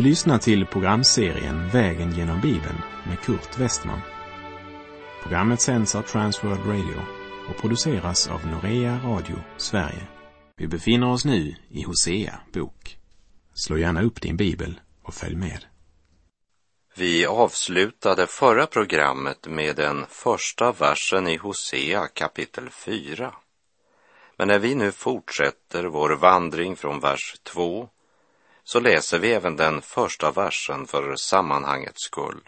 Du lyssnar till programserien Vägen genom Bibeln med Kurt Westman. Programmet sänds av Transworld Radio och produceras av Norea Radio Sverige. Vi befinner oss nu i Hosea bok. Slå gärna upp din bibel och följ med. Vi avslutade förra programmet med den första versen i Hosea kapitel 4. Men när vi nu fortsätter vår vandring från vers 2 så läser vi även den första versen för sammanhangets skull.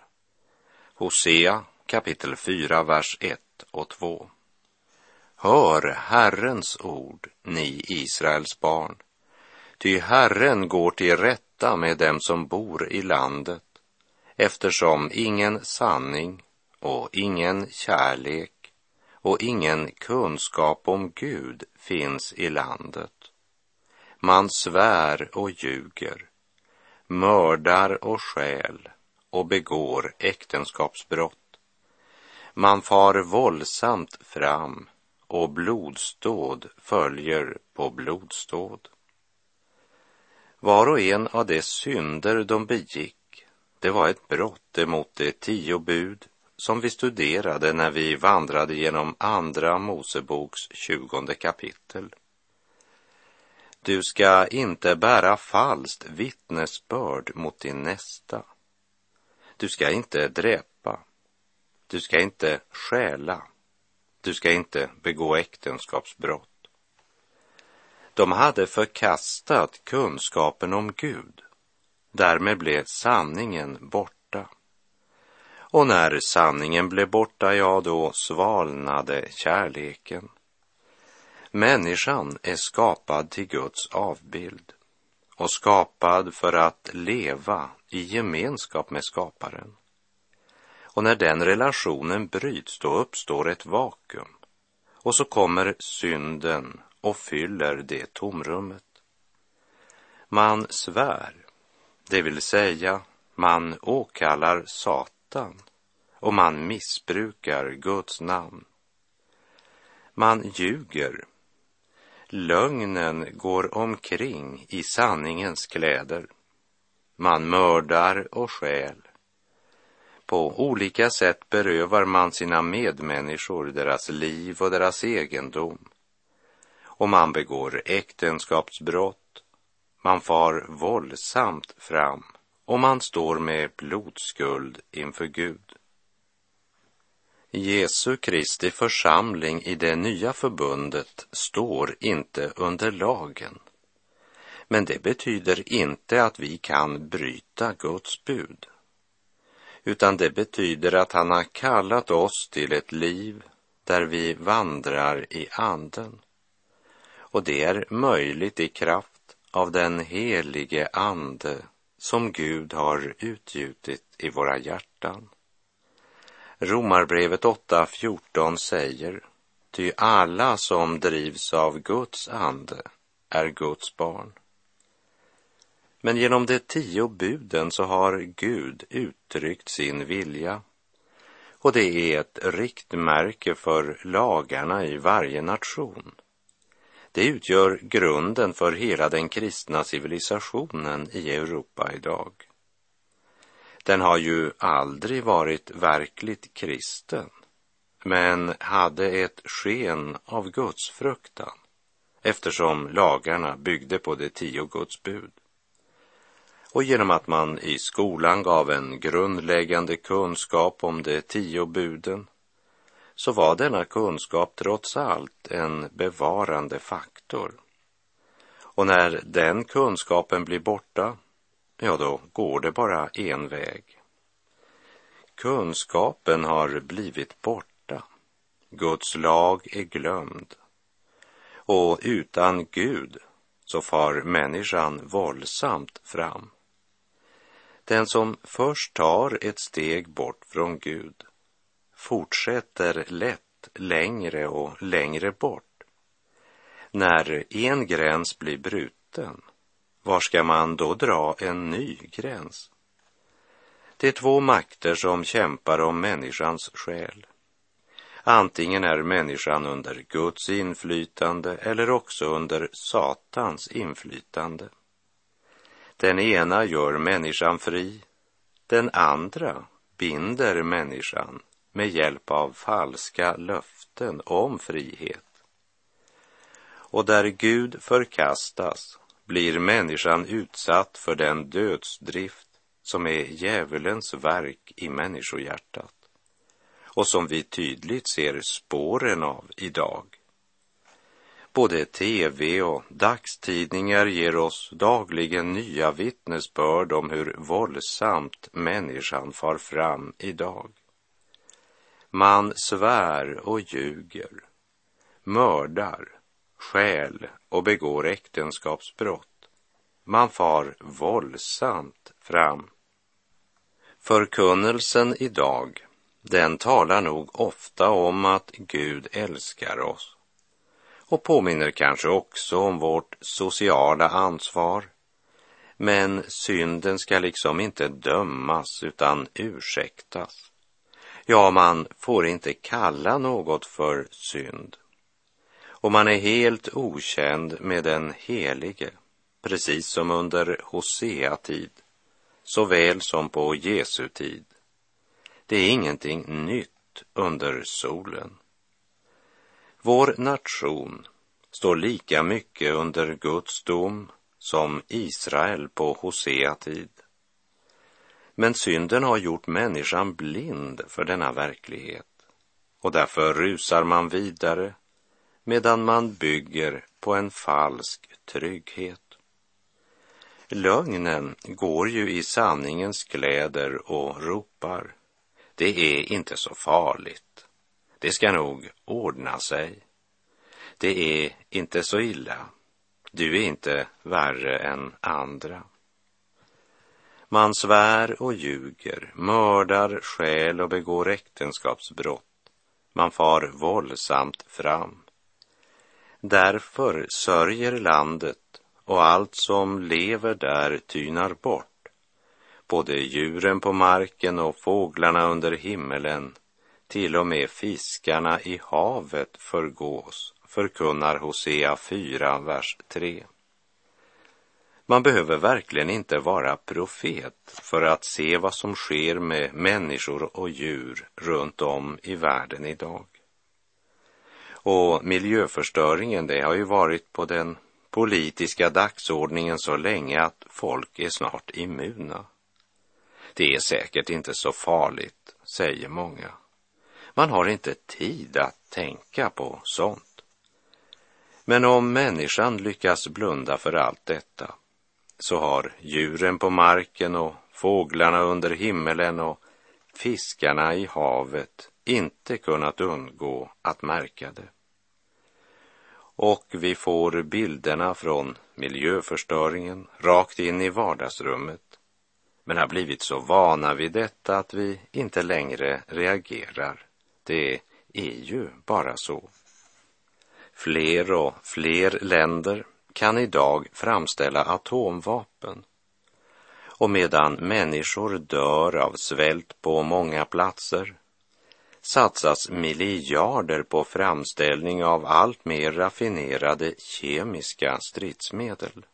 Hosea kapitel 4, vers 1 och 2. Hör Herrens ord, ni Israels barn. Ty Herren går till rätta med dem som bor i landet, eftersom ingen sanning och ingen kärlek och ingen kunskap om Gud finns i landet. Man svär och ljuger, mördar och stjäl och begår äktenskapsbrott. Man far våldsamt fram och blodsdåd följer på blodsdåd. Var och en av de synder de begick, det var ett brott emot de 10 bud som vi studerade när vi vandrade genom andra Moseboks 20 kapitel. Du ska inte bära falskt vittnesbörd mot din nästa. Du ska inte dräpa. Du ska inte stjäla. Du ska inte begå äktenskapsbrott. De hade förkastat kunskapen om Gud. Därmed blev sanningen borta. Och när sanningen blev borta, ja, då svalnade kärleken. Människan är skapad till Guds avbild och skapad för att leva i gemenskap med skaparen. Och när den relationen bryts, då uppstår ett vakuum. Och så kommer synden och fyller det tomrummet. Man svär, det vill säga man åkallar Satan och man missbrukar Guds namn. Man ljuger. Lögnen går omkring i sanningens kläder. Man mördar och stjäl. På olika sätt berövar man sina medmänniskor deras liv och deras egendom. Och man begår äktenskapsbrott. Man far våldsamt fram och man står med blodskuld inför Gud. Jesu Kristi församling i det nya förbundet står inte under lagen. Men det betyder inte att vi kan bryta Guds bud. Utan det betyder att han har kallat oss till ett liv där vi vandrar i anden. Och det är möjligt i kraft av den helige ande som Gud har utgjutit i våra hjärtan. Romarbrevet 8:14 säger: ty alla som drivs av Guds ande är Guds barn. Men genom de 10 buden så har Gud uttryckt sin vilja. Och det är ett riktmärke för lagarna i varje nation. Det utgör grunden för hela den kristna civilisationen i Europa idag. Den har ju aldrig varit verkligt kristen, men hade ett sken av Guds fruktan, eftersom lagarna byggde på de 10 Guds bud. Och genom att man i skolan gav en grundläggande kunskap om de 10 buden, så var denna kunskap trots allt en bevarande faktor. Och när den kunskapen blir borta, ja, då går det bara en väg. Kunskapen har blivit borta. Guds lag är glömd. Och utan Gud så far människan våldsamt fram. Den som först tar ett steg bort från Gud fortsätter lätt längre och längre bort. När en gräns blir bruten, var ska man då dra en ny gräns? Det är 2 makter som kämpar om människans själ. Antingen är människan under Guds inflytande eller också under Satans inflytande. Den ena gör människan fri, den andra binder människan med hjälp av falska löften om frihet. Och där Gud förkastas blir människan utsatt för den dödsdrift som är djävulens verk i människohjärtat och som vi tydligt ser spåren av idag. Både tv och dagstidningar ger oss dagligen nya vittnesbörd om hur våldsamt människan far fram idag. Man svär och ljuger, mördar, stjäl och begår äktenskapsbrott. Man far våldsamt fram. Förkunnelsen idag, den talar nog ofta om att Gud älskar oss och påminner kanske också om vårt sociala ansvar. Men synden ska liksom inte dömas utan ursäktas. Ja, man får inte kalla något för synd. Och man är helt okänd med den helige, precis som under Hosea-tid, såväl som på Jesu tid. Det är ingenting nytt under solen. Vår nation står lika mycket under Guds dom som Israel på Hosea-tid. Men synden har gjort människan blind för denna verklighet, och därför rusar man vidare medan man bygger på en falsk trygghet. Lögnen går ju i sanningens kläder och ropar: det är inte så farligt. Det ska nog ordna sig. Det är inte så illa. Du är inte värre än andra. Man svär och ljuger, mördar, stjäl och begår äktenskapsbrott. Man far våldsamt fram. Därför sörjer landet och allt som lever där tynar bort. Både djuren på marken och fåglarna under himmelen, till och med fiskarna i havet förgås, förkunnar Hosea 4, vers 3. Man behöver verkligen inte vara profet för att se vad som sker med människor och djur runt om i världen idag. Och miljöförstöringen, det har ju varit på den politiska dagsordningen så länge att folk är snart immuna. Det är säkert inte så farligt, säger många. Man har inte tid att tänka på sånt. Men om människan lyckas blunda för allt detta, så har djuren på marken och fåglarna under himmelen och fiskarna i havet inte kunnat undgå att märka det. Och vi får bilderna från miljöförstöringen rakt in i vardagsrummet, men har blivit så vana vid detta att vi inte längre reagerar. Det är ju bara så. Fler och fler länder kan idag framställa atomvapen. Och medan människor dör av svält på många platser, satsas miljarder på framställning av allt mer raffinerade kemiska stridsmedel.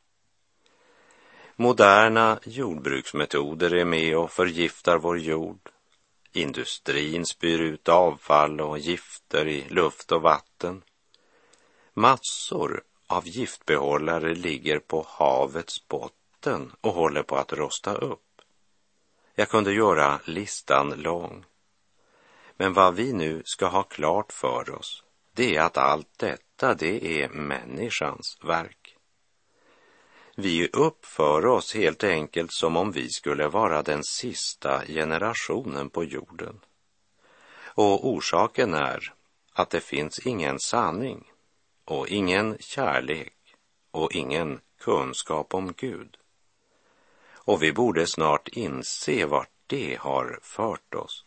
Moderna jordbruksmetoder är med och förgiftar vår jord. Industrin spyr ut avfall och gifter i luft och vatten. Massor av giftbehållare ligger på havets botten och håller på att rosta upp. Jag kunde göra listan lång. Men vad vi nu ska ha klart för oss, det är att allt detta, det är människans verk. Vi uppför oss helt enkelt som om vi skulle vara den sista generationen på jorden. Och orsaken är att det finns ingen sanning och ingen kärlek och ingen kunskap om Gud. Och vi borde snart inse vart det har fört oss.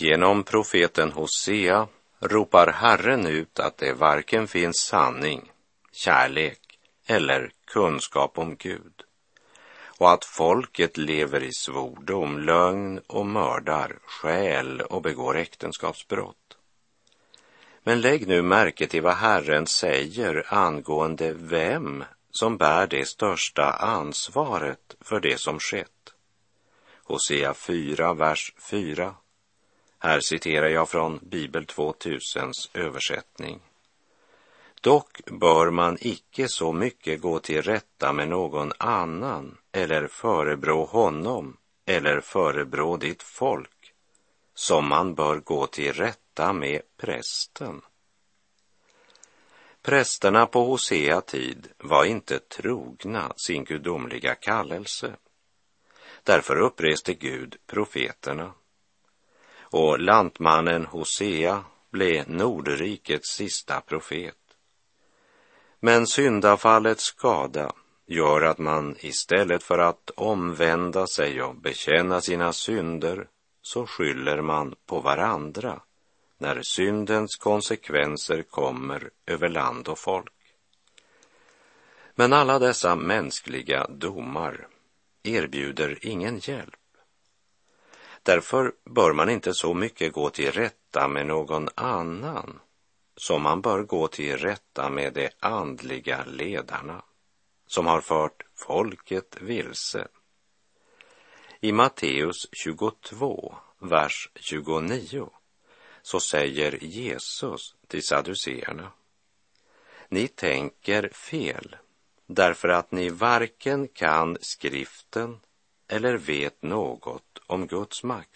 genom profeten Hosea ropar Herren ut att det varken finns sanning, kärlek eller kunskap om Gud, och att folket lever i svordom, lögn och mördar, stjäl och begår äktenskapsbrott. Men lägg nu märke till vad Herren säger angående vem som bär det största ansvaret för det som skett. Hosea 4, vers 4. Här citerar jag från Bibel 2000s översättning. Dock bör man icke så mycket gå till rätta med någon annan eller förebrå honom eller förebrå ditt folk, som man bör gå till rätta med prästen. Prästerna på Hosea tid var inte trogna sin gudomliga kallelse. Därför uppreste Gud profeterna. Och lantmannen Hosea blev Nordrikets sista profet. Men syndafallets skada gör att man istället för att omvända sig och bekänna sina synder så skyller man på varandra när syndens konsekvenser kommer över land och folk. Men alla dessa mänskliga domar erbjuder ingen hjälp. Därför bör man inte så mycket gå till rätta med någon annan som man bör gå till rätta med de andliga ledarna som har fört folket vilse. I Matteus 22, vers 29 så säger Jesus till sadduceerna: ni tänker fel därför att ni varken kan skriften eller vet något om Guds makt.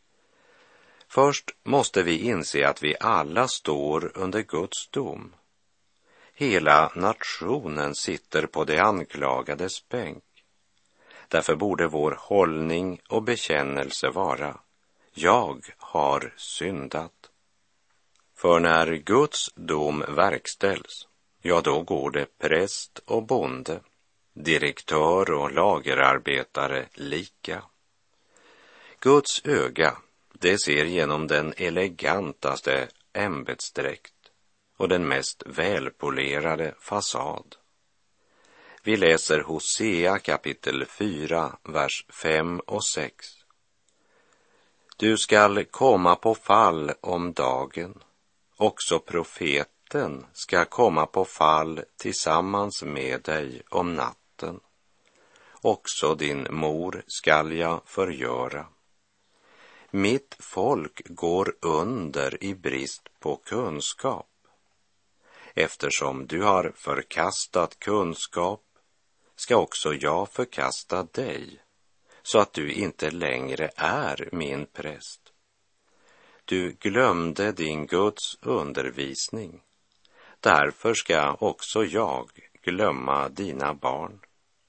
Först måste vi inse att vi alla står under Guds dom. Hela nationen sitter på de anklagades bänk. Därför borde vår hållning och bekännelse vara: jag har syndat. För när Guds dom verkställs, ja då går det präst och bonde, direktör och lagerarbetare lika. Guds öga, det ser genom den elegantaste ämbetsdräkt och den mest välpolerade fasad. Vi läser Hosea kapitel 4, vers 5 och 6. Du skall komma på fall om dagen, också profeten ska komma på fall tillsammans med dig om natten. Också din mor skall jag förgöra. Mitt folk går under i brist på kunskap. Eftersom du har förkastat kunskap ska också jag förkasta dig, så att du inte längre är min präst. Du glömde din Guds undervisning. Därför ska också jag glömma dina barn.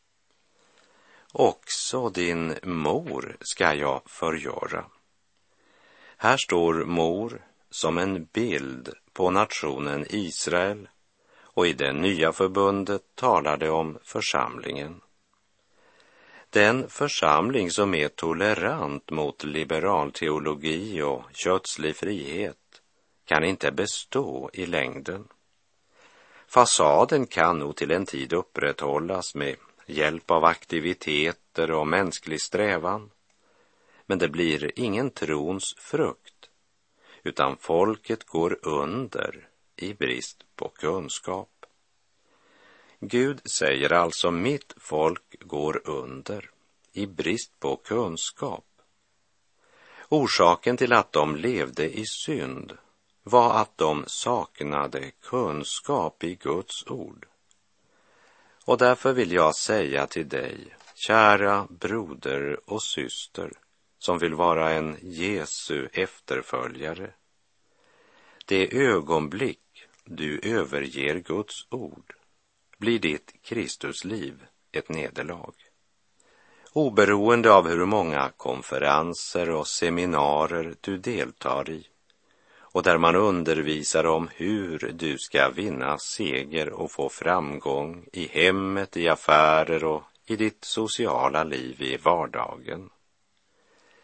Också din mor ska jag förgöra. Här står mor som en bild på nationen Israel, och i det nya förbundet talar det om församlingen. Den församling som är tolerant mot liberal teologi och kötslig frihet kan inte bestå i längden. Fasaden kan nog till en tid upprätthållas med hjälp av aktiviteter och mänsklig strävan, men det blir ingen trons frukt, utan folket går under i brist på kunskap. Gud säger alltså: mitt folk går under i brist på kunskap. Orsaken till att de levde i synd var att de saknade kunskap i Guds ord. Och därför vill jag säga till dig, kära broder och syster, som vill vara en Jesu efterföljare: det ögonblick du överger Guds ord blir ditt Kristusliv ett nederlag. Oberoende av hur många konferenser och seminarier du deltar i, och där man undervisar om hur du ska vinna seger och få framgång i hemmet, i affärer och i ditt sociala liv i vardagen.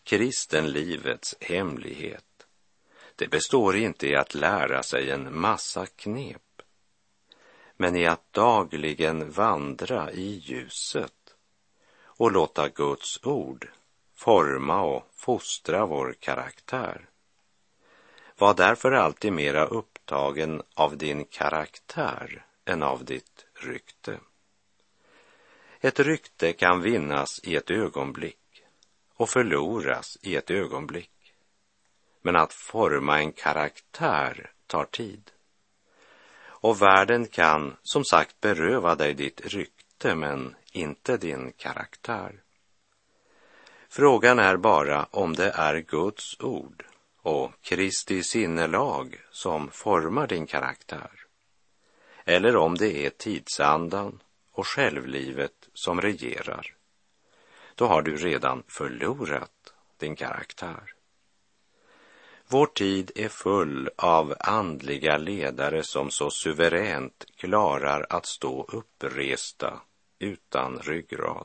kristenlivets hemlighet, det består inte i att lära sig en massa knep, men i att dagligen vandra i ljuset och låta Guds ord forma och fostra vår karaktär. Var därför alltid mera upptagen av din karaktär än av ditt rykte. Ett rykte kan vinnas i ett ögonblick och förloras i ett ögonblick. Men att forma en karaktär tar tid. Och världen kan som sagt beröva dig ditt rykte men inte din karaktär. Frågan är bara om det är Guds ord och Kristi sinnelag som formar din karaktär. Eller om det är tidsandan och självlivet som regerar. Då har du redan förlorat din karaktär. Vår tid är full av andliga ledare som så suveränt klarar att stå uppresta utan ryggrad.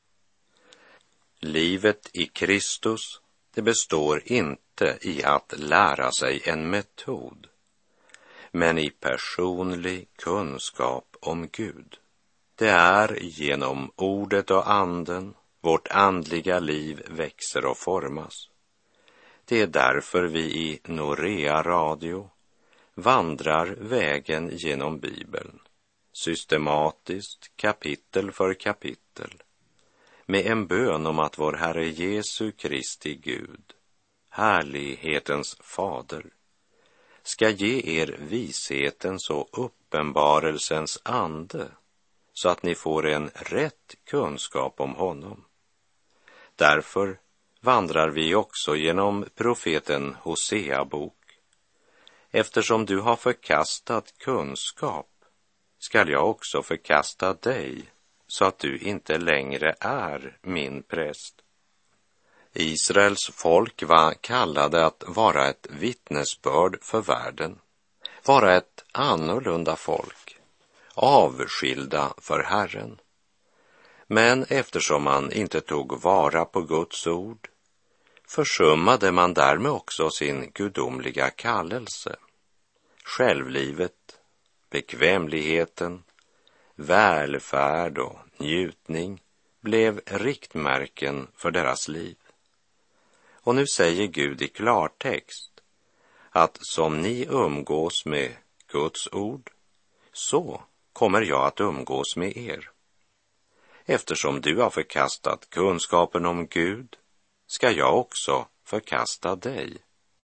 Livet i Kristus, det består inte i att lära sig en metod, men i personlig kunskap om Gud. Det är genom ordet och anden vårt andliga liv växer och formas. Det är därför vi i Norea Radio vandrar vägen genom Bibeln, systematiskt kapitel för kapitel, med en bön om att vår Herre Jesu Kristi Gud, härlighetens fader, ska ge er vishetens och uppenbarelsens ande, så att ni får en rätt kunskap om honom. Därför vandrar vi också genom profeten Hosea bok. Eftersom du har förkastat kunskap, skall jag också förkasta dig, så att du inte längre är min präst. Israels folk var kallade att vara ett vittnesbörd för världen, vara ett annorlunda folk, avskilda för Herren. Men eftersom man inte tog vara på Guds ord, försummade man därmed också sin gudomliga kallelse. Självlivet, bekvämligheten, välfärd och njutning blev riktmärken för deras liv. Och nu säger Gud i klartext att som ni umgås med Guds ord, så kommer jag att umgås med er. Eftersom du har förkastat kunskapen om Gud, ska jag också förkasta dig.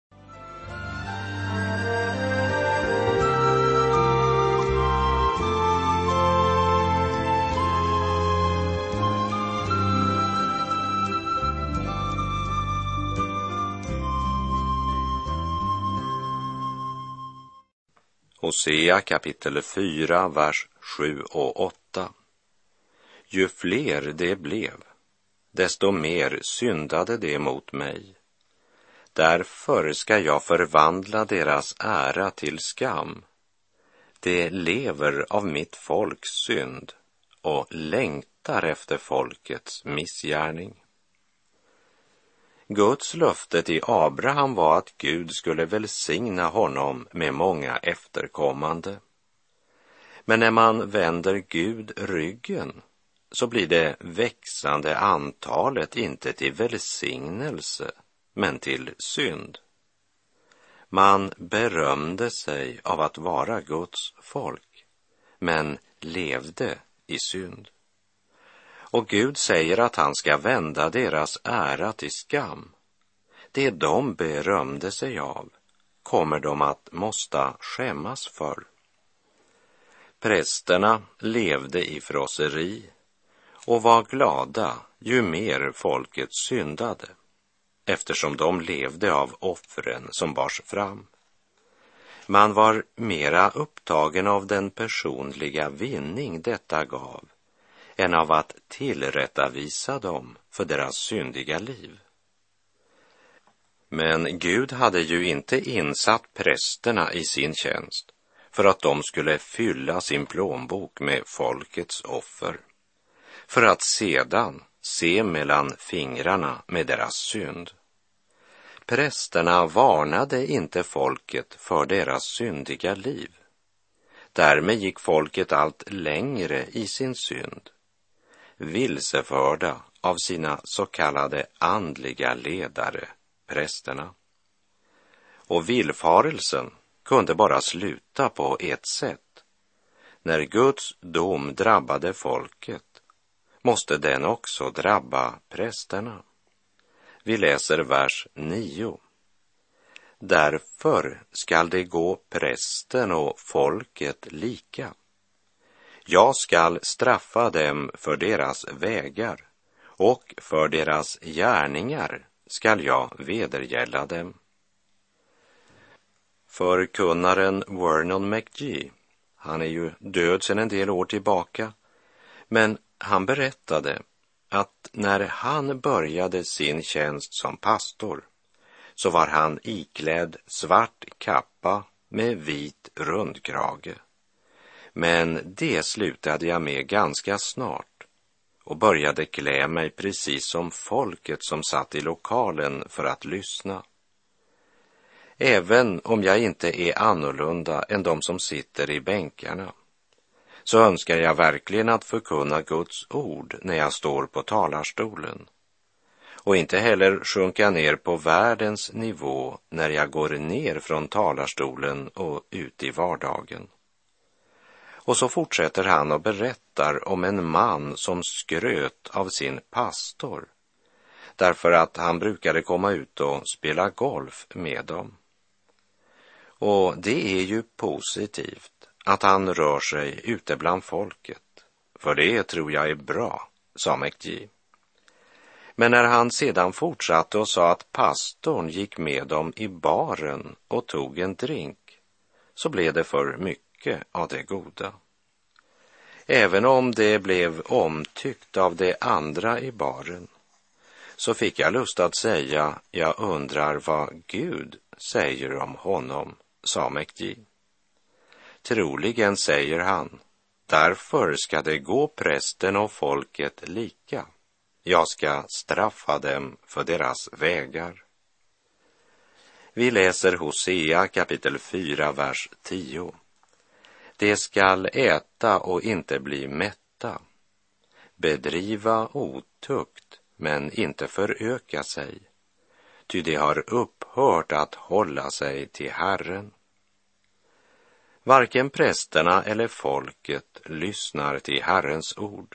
Hosea kapitel 4, vers 7 och 8. Ju fler det blev, desto mer syndade det mot mig. Därför ska jag förvandla deras ära till skam. De lever av mitt folks synd och längtar efter folkets missgärning. Guds löfte till Abraham var att Gud skulle välsigna honom med många efterkommande. Men när man vänder Gud ryggen, så blir det växande antalet inte till välsignelse, men till synd. Man berömde sig av att vara Guds folk, men levde i synd. Och Gud säger att han ska vända deras ära till skam. Det de berömde sig av kommer de att måste skämmas för. Prästerna levde i frosseri och var glada ju mer folket syndade, eftersom de levde av offren som bars fram. Man var mera upptagen av den personliga vinning detta gav än av att tillrättavisa dem för deras syndiga liv. Men Gud hade ju inte insatt prästerna i sin tjänst för att de skulle fylla sin plånbok med folkets offer, för att sedan se mellan fingrarna med deras synd. Prästerna varnade inte folket för deras syndiga liv. Därmed gick folket allt längre i sin synd, vilseförda av sina så kallade andliga ledare, prästerna. Och villfarelsen kunde bara sluta på ett sätt. När Guds dom drabbade folket måste den också drabba prästerna. Vi läser vers 9. Därför skall det gå prästen och folket lika. Jag skall straffa dem för deras vägar, och för deras gärningar skall jag vedergälla dem. Förkunnaren Vernon McGee, han är ju död sedan en del år tillbaka, men han berättade att när han började sin tjänst som pastor så var han iklädd svart kappa med vit rundkrage. Men det slutade jag med ganska snart och började klä mig precis som folket som satt i lokalen för att lyssna. Även om jag inte är annorlunda än de som sitter i bänkarna, så önskar jag verkligen att förkunna Guds ord när jag står på talarstolen. Och inte heller sjunka ner på världens nivå när jag går ner från talarstolen och ut i vardagen. Och så fortsätter han och berättar om en man som skröt av sin pastor, därför att han brukade komma ut och spela golf med dem. Och det är ju positivt att han rör sig ute bland folket, för det tror jag är bra, sa McGee. Men när han sedan fortsatte och sa att pastorn gick med dem i baren och tog en drink, så blev det för mycket av det goda. Även om det blev omtyckt av de andra i baren, så fick jag lust att säga, jag undrar vad Gud säger om honom, sa McGee. Troligen säger han, därför ska det gå prästen och folket lika. Jag ska straffa dem för deras vägar. Vi läser Hosea kapitel 4, vers 10. De skall äta och inte bli mätta, bedriva otukt men inte föröka sig, ty de har upphört att hålla sig till Herren. Varken prästerna eller folket lyssnar till Herrens ord.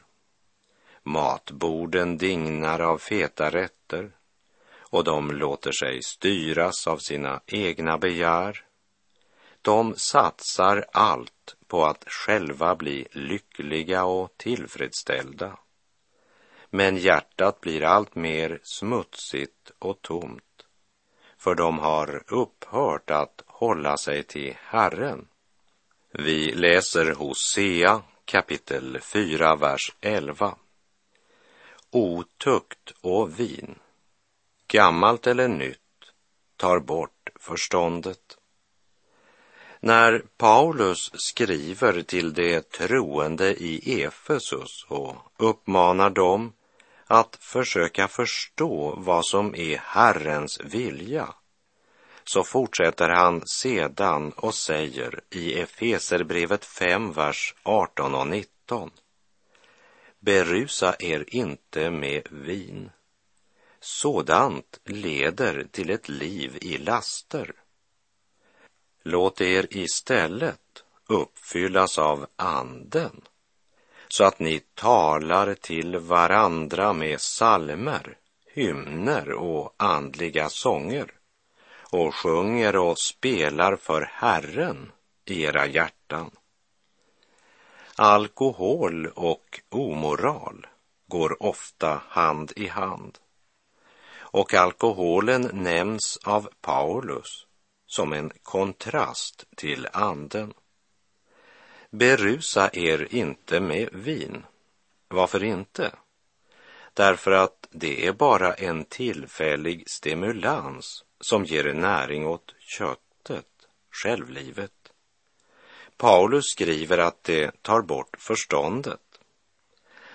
Matborden dignar av feta rätter, och de låter sig styras av sina egna begär. De satsar allt på att själva bli lyckliga och tillfredsställda. Men hjärtat blir allt mer smutsigt och tomt, för de har upphört att hålla sig till Herren. Vi läser Hosea kapitel 4, vers 11. Otukt och vin, gammalt eller nytt, tar bort förståndet. När Paulus skriver till de troende i Efesus och uppmanar dem att försöka förstå vad som är Herrens vilja, så fortsätter han sedan och säger i Efeserbrevet 5, vers 18 och 19. Berusa er inte med vin. Sådant leder till ett liv i laster. Låt er istället uppfyllas av anden, så att ni talar till varandra med psalmer, hymner och andliga sånger, och sjunger och spelar för Herren i era hjärtan. Alkohol och omoral går ofta hand i hand, och alkoholen nämns av Paulus som en kontrast till anden. Berusa er inte med vin. Varför inte? Därför att det är bara en tillfällig stimulans som ger näring åt köttet, självlivet. Paulus skriver att det tar bort förståndet.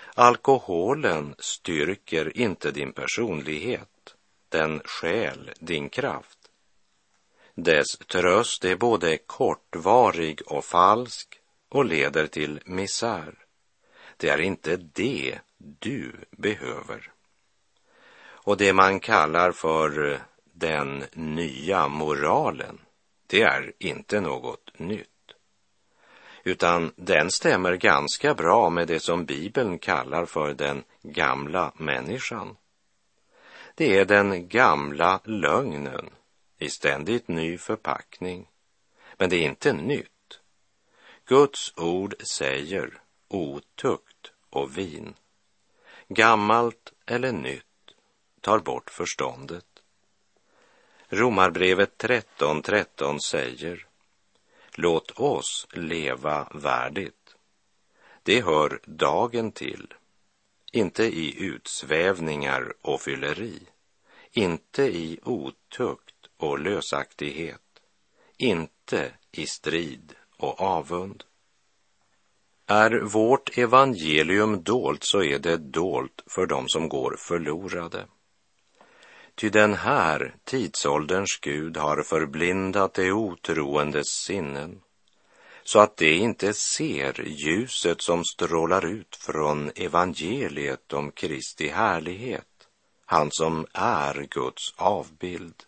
Alkoholen styrker inte din personlighet, den stjäl din kraft. Dess tröst är både kortvarig och falsk och leder till misär. Det är inte det du behöver. Och det man kallar för den nya moralen, det är inte något nytt. Utan den stämmer ganska bra med det som Bibeln kallar för den gamla människan. Det är den gamla lögnen i ständigt ny förpackning. Men det är inte nytt. Guds ord säger otukt och vin. Gammalt eller nytt tar bort förståndet. Romarbrevet 13:13 säger: låt oss leva värdigt. Det hör dagen till, inte i utsvävningar och fylleri, inte i otukt och lösaktighet, inte i strid och avund. Är vårt evangelium dolt, så är det dolt för dem som går förlorade. Ty den här tidsålderns Gud har förblindat de otroendes sinnen, så att de inte ser ljuset som strålar ut från evangeliet om Kristi härlighet, han som är Guds avbild.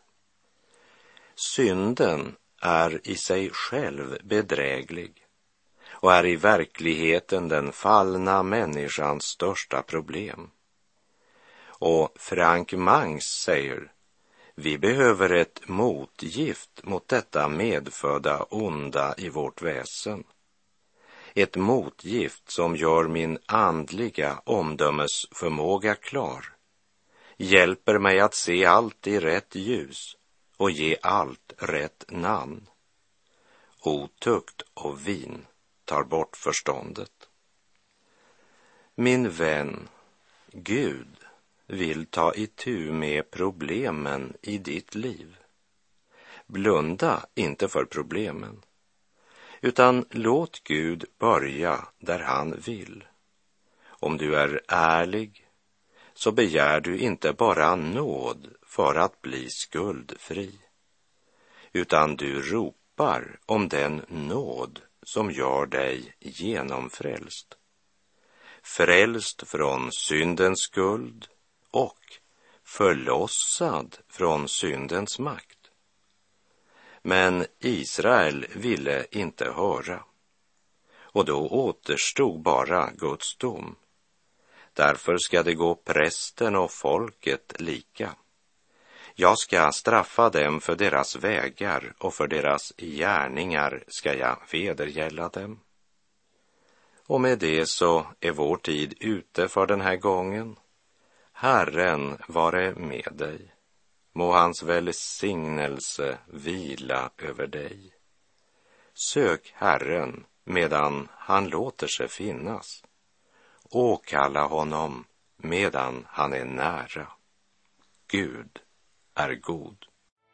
Synden är i sig själv bedräglig och är i verkligheten den fallna människans största problem. Och Frank Mangs säger: vi behöver ett motgift mot detta medfödda onda i vårt väsen. Ett motgift som gör min andliga omdömesförmåga klar, hjälper mig att se allt i rätt ljus och ge allt rätt namn. Otukt och vin tar bort förståndet. Min vän, Gud vill ta itu med problemen i ditt liv. Blunda inte för problemen, utan låt Gud börja där han vill. Om du är ärlig, så begär du inte bara nåd för att bli skuldfri, utan du ropar om den nåd som gör dig genomfrälst. Frälst från syndens skuld och förlossad från syndens makt. Men Israel ville inte höra, och då återstod bara Guds dom. Därför ska det gå prästen och folket lika. Jag ska straffa dem för deras vägar, och för deras gärningar ska jag vedergälla dem. Och med det så är vår tid ute för den här gången. Herren vare med dig. Må hans välsignelse vila över dig. Sök Herren medan han låter sig finnas. Åkalla honom medan han är nära. Gud är god.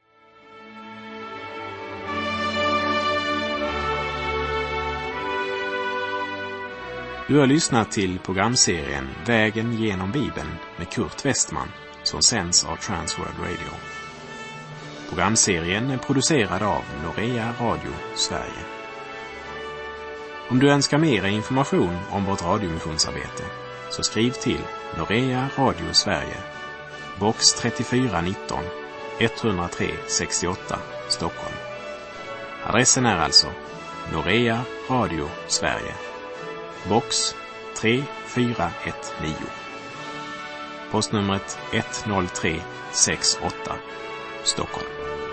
Du har lyssnat till programserien Vägen genom Bibeln med Kurt Westman, som sänds av Transworld Radio. Programserien är producerad av Norea Radio Sverige. Om du önskar mer information om vårt radiomissionsarbete, så skriv till Norea Radio Sverige, box 3419 103 68 Stockholm. Adressen är alltså Norea Radio Sverige, box 3419. Postnumret 10368 Stockholm.